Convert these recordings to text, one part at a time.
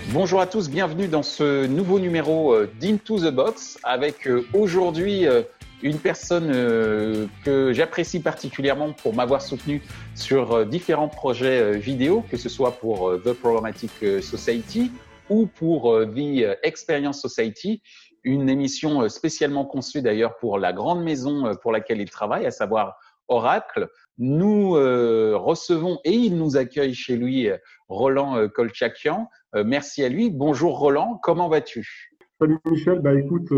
Bonjour à tous, bienvenue dans ce nouveau numéro d'Into the Box avec aujourd'hui une personne que j'apprécie particulièrement pour m'avoir soutenu sur différents projets vidéo, que ce soit pour The Programmatic Society ou pour The Experience Society, une émission spécialement conçue d'ailleurs pour la grande maison pour laquelle il travaille, à savoir Oracle. Nous recevons et il nous accueille chez lui Roland Kolchakian. Merci à lui. Bonjour Roland, comment vas-tu? Salut Michel, bah écoute,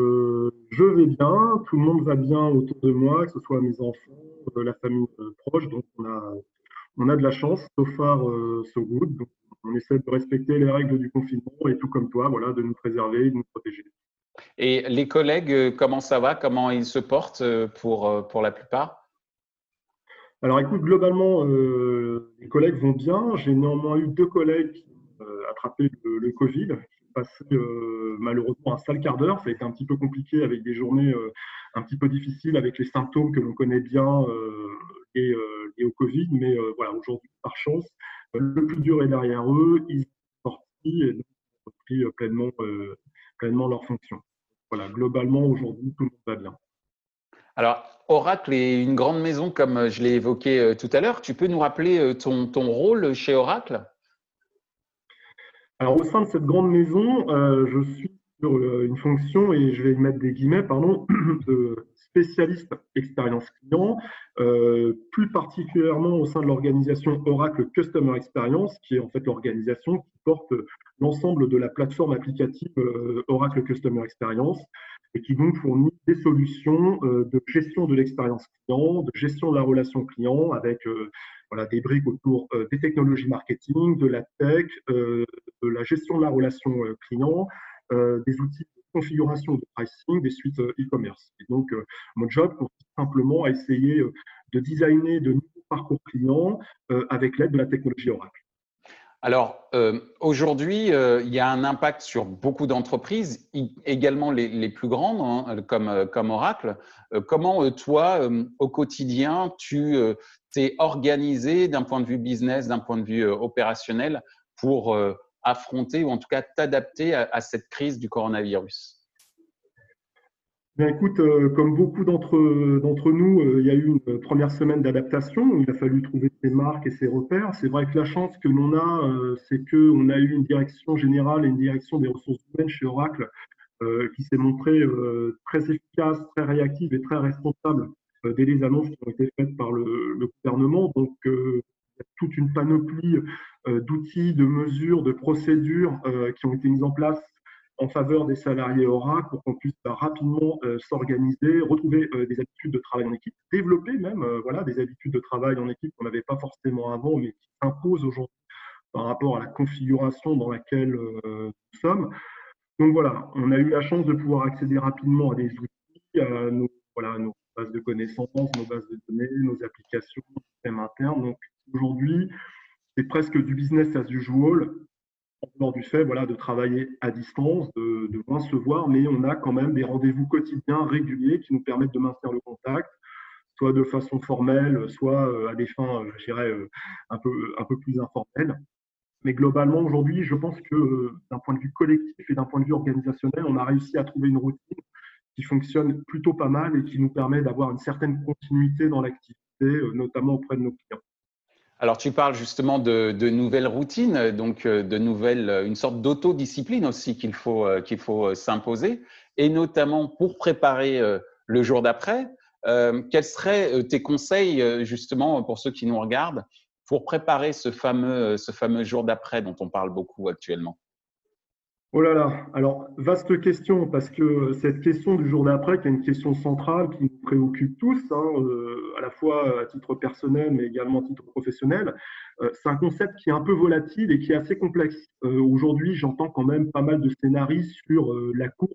je vais bien, tout le monde va bien autour de moi, que ce soit mes enfants, la famille proche, donc on a de la chance, so far so good, donc on essaie de respecter les règles du confinement et tout comme toi, voilà, de nous préserver, de nous protéger. Et les collègues, comment ça va? Comment ils se portent pour la plupart? Alors écoute, globalement, les collègues vont bien, j'ai néanmoins eu deux collègues qui ont attrapé le Covid, j'ai passé malheureusement un sale quart d'heure, ça a été un petit peu compliqué avec des journées un petit peu difficiles avec les symptômes que l'on connaît bien liés au Covid, mais voilà, aujourd'hui, par chance, le plus dur est derrière eux, ils sont sortis et donc ils ont repris pleinement leurs fonctions. Voilà, globalement, aujourd'hui, tout le monde va bien. Alors, Oracle est une grande maison, comme je l'ai évoqué tout à l'heure. Tu peux nous rappeler ton rôle chez Oracle? Alors, au sein de cette grande maison, je suis sur une fonction, et je vais y mettre des guillemets, pardon, de spécialiste expérience client, plus particulièrement au sein de l'organisation Oracle Customer Experience, qui est en fait l'organisation qui porte l'ensemble de la plateforme applicative Oracle Customer Experience et qui donc fournit des solutions de gestion de l'expérience client, de gestion de la relation client avec voilà, des briques autour des technologies marketing, de la tech, de la gestion de la relation client, des outils de configuration de pricing, des suites e-commerce. Et donc, mon job consiste simplement à essayer de designer de nouveaux parcours clients avec l'aide de la technologie Oracle. Alors, aujourd'hui, il y a un impact sur beaucoup d'entreprises, également les plus grandes, hein, comme Oracle. Comment, toi, au quotidien, tu t'es organisé d'un point de vue business, d'un point de vue opérationnel pour affronter ou en tout cas t'adapter à cette crise du coronavirus? Bien, écoute, comme beaucoup d'entre nous, il y a eu une première semaine d'adaptation où il a fallu trouver ses marques et ses repères. C'est vrai que la chance que l'on a, c'est qu'on a eu une direction générale et une direction des ressources humaines chez Oracle qui s'est montrée très efficace, très réactive et très responsable dès les annonces qui ont été faites par le gouvernement. Donc, il y a toute une panoplie d'outils, de mesures, de procédures qui ont été mises en place en faveur des salariés Oracle pour qu'on puisse rapidement s'organiser, retrouver des habitudes de travail en équipe, développer même voilà, des habitudes de travail en équipe qu'on n'avait pas forcément avant, mais qui s'imposent aujourd'hui par rapport à la configuration dans laquelle nous sommes. Donc voilà, on a eu la chance de pouvoir accéder rapidement à des outils, à nos bases de connaissances, nos bases de données, nos applications, nos systèmes internes. Donc aujourd'hui, c'est presque du business as usual, en dehors du fait voilà, de travailler à distance, de moins se voir, mais on a quand même des rendez-vous quotidiens réguliers qui nous permettent de maintenir le contact, soit de façon formelle, soit à des fins, je dirais, un peu plus informelles. Mais globalement, aujourd'hui, je pense que d'un point de vue collectif et d'un point de vue organisationnel, on a réussi à trouver une routine qui fonctionne plutôt pas mal et qui nous permet d'avoir une certaine continuité dans l'activité, notamment auprès de nos clients. Alors, tu parles justement de nouvelles routines, donc une sorte d'autodiscipline aussi qu'il faut s'imposer, et notamment pour préparer le jour d'après. Quels seraient tes conseils justement pour ceux qui nous regardent pour préparer ce fameux jour d'après dont on parle beaucoup actuellement? Oh là là, alors vaste question, parce que cette question du jour d'après, qui est une question centrale qui nous préoccupe tous, hein, à la fois à titre personnel, mais également à titre professionnel, c'est un concept qui est un peu volatile et qui est assez complexe. Aujourd'hui, j'entends quand même pas mal de scénarios sur la courbe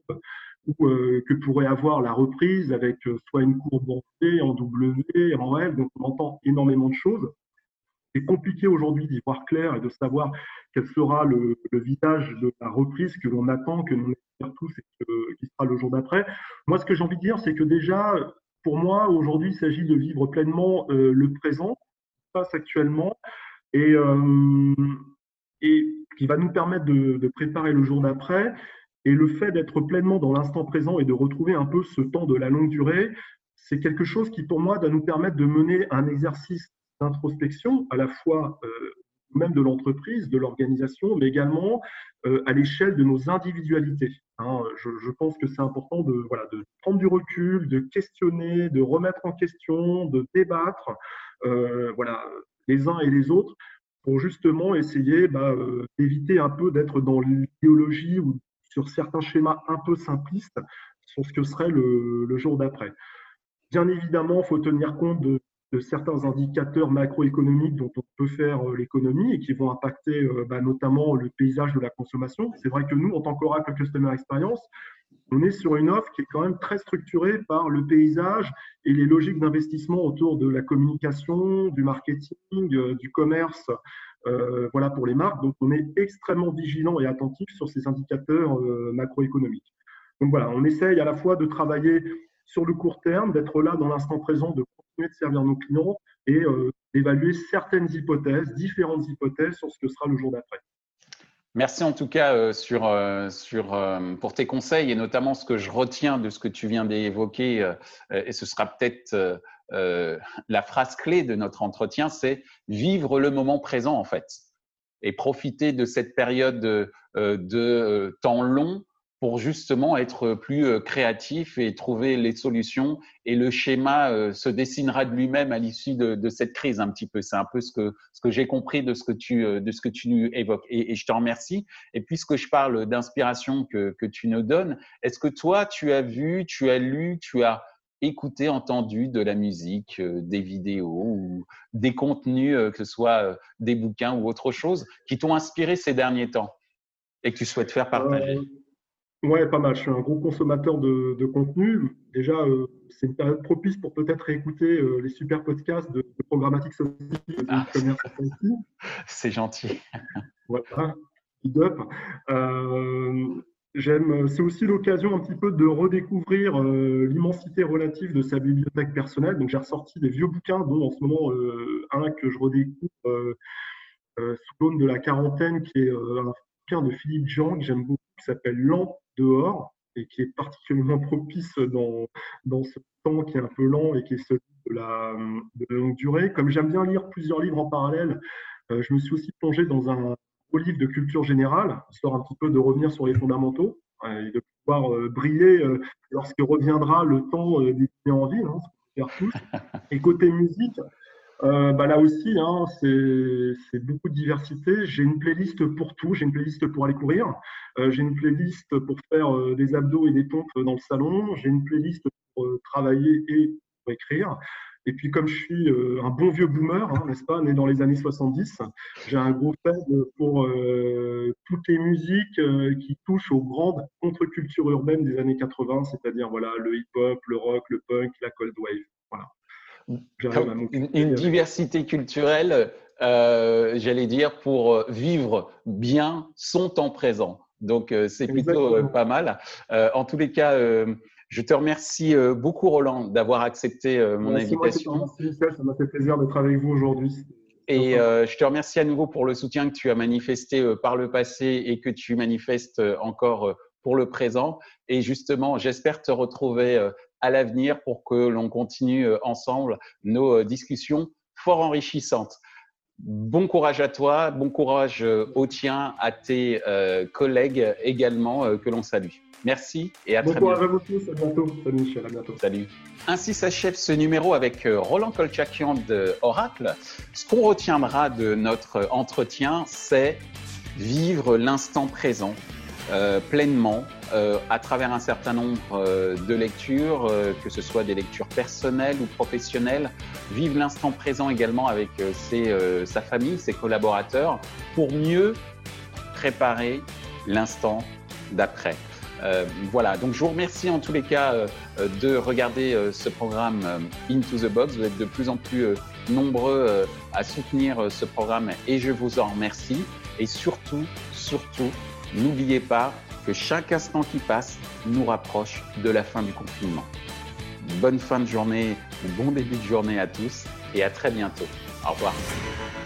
que pourrait avoir la reprise avec soit une courbe en V, en W, en L, donc on entend énormément de choses. C'est compliqué aujourd'hui d'y voir clair et de savoir quel sera le visage de la reprise que l'on attend, que l'on espère tous et qui sera le jour d'après. Moi, ce que j'ai envie de dire, c'est que déjà, pour moi, aujourd'hui, il s'agit de vivre pleinement le présent, ce qui se passe actuellement, et et qui va nous permettre de préparer le jour d'après. Et le fait d'être pleinement dans l'instant présent et de retrouver un peu ce temps de la longue durée, c'est quelque chose qui, pour moi, doit nous permettre de mener un exercice d'introspection, à la fois même de l'entreprise, de l'organisation, mais également à l'échelle de nos individualités. Hein. Je pense que c'est important de prendre du recul, de questionner, de remettre en question, de débattre, les uns et les autres, pour justement essayer d'éviter un peu d'être dans l'idéologie ou sur certains schémas un peu simplistes sur ce que serait le jour d'après. Bien évidemment, il faut tenir compte de certains indicateurs macroéconomiques dont on peut faire l'économie et qui vont impacter notamment le paysage de la consommation. C'est vrai que nous, en tant qu'Oracle Customer Experience, on est sur une offre qui est quand même très structurée par le paysage et les logiques d'investissement autour de la communication, du marketing, du commerce, pour les marques. Donc, on est extrêmement vigilant et attentif sur ces indicateurs macroéconomiques. Donc voilà, on essaye à la fois de travailler sur le court terme, d'être là dans l'instant présent, de continuer de servir nos clients et d'évaluer certaines hypothèses, différentes hypothèses sur ce que sera le jour d'après. Merci en tout cas pour tes conseils et notamment ce que je retiens de ce que tu viens d'évoquer et ce sera peut-être la phrase clé de notre entretien, c'est vivre le moment présent en fait et profiter de cette période de temps long pour justement être plus créatif et trouver les solutions. Et le schéma se dessinera de lui-même à l'issue de cette crise un petit peu. C'est un peu ce que j'ai compris de ce que tu évoques. Et je te remercie. Et puisque je parle d'inspiration que tu nous donnes, est-ce que toi, tu as vu, tu as lu, tu as écouté, entendu de la musique, des vidéos ou des contenus, que ce soit des bouquins ou autre chose, qui t'ont inspiré ces derniers temps et que tu souhaites faire partager? Ouais, pas mal. Je suis un gros consommateur de contenu. Déjà, c'est une période propice pour peut-être réécouter les super podcasts de Programmatic Society et de E-Commerce Society. C'est gentil. Voilà, big up. C'est aussi l'occasion un petit peu de redécouvrir l'immensité relative de sa bibliothèque personnelle. Donc, j'ai ressorti des vieux bouquins, dont en ce moment un que je redécouvre sous l'aune de la quarantaine, qui est un bouquin de Philippe Jean que j'aime beaucoup, qui s'appelle Lent dehors et qui est particulièrement propice dans ce temps qui est un peu lent et qui est celui de la longue durée. Comme j'aime bien lire plusieurs livres en parallèle, je me suis aussi plongé dans un gros livre de culture générale, histoire un petit peu de revenir sur les fondamentaux et de pouvoir briller lorsque reviendra le temps des dîners en ville, hein, ce qu'on peut faire tous. Et côté musique, là aussi, hein, c'est beaucoup de diversité. J'ai une playlist pour tout. J'ai une playlist pour aller courir. J'ai une playlist pour faire des abdos et des pompes dans le salon. J'ai une playlist pour travailler et pour écrire. Et puis, comme je suis un bon vieux boomer, hein, n'est-ce pas, né dans les années 70, j'ai un gros fan pour toutes les musiques qui touchent aux grandes contre-cultures urbaines des années 80, c'est-à-dire voilà, le hip-hop, le rock, le punk, la cold wave. Voilà. Une diversité culturelle, j'allais dire, pour vivre bien son temps présent. Donc, c'est plutôt pas mal. En tous les cas, je te remercie beaucoup, Roland, d'avoir accepté mon invitation. Ça m'a fait plaisir d'être avec vous aujourd'hui. Et je te remercie à nouveau pour le soutien que tu as manifesté par le passé et que tu manifestes encore pour le présent. Et justement, j'espère te retrouver à l'avenir pour que l'on continue ensemble nos discussions fort enrichissantes. Bon courage à toi, bon courage au tien, à tes collègues également que l'on salue. Merci et à très bientôt. Bon courage à vous tous, à bientôt. Salut Michel, à bientôt. Salut. Ainsi s'achève ce numéro avec Roland Kolchakian de Oracle. Ce qu'on retiendra de notre entretien, c'est vivre l'instant présent pleinement à travers un certain nombre de lectures, que ce soit des lectures personnelles ou professionnelles. Vivre l'instant présent également avec sa famille, ses collaborateurs, pour mieux préparer l'instant d'après. Voilà, donc je vous remercie en tous les cas de regarder ce programme Into the Box. Vous êtes de plus en plus nombreux à soutenir ce programme et je vous en remercie. Et surtout, n'oubliez pas que chaque instant qui passe nous rapproche de la fin du confinement. Bonne fin de journée, bon début de journée à tous et à très bientôt. Au revoir.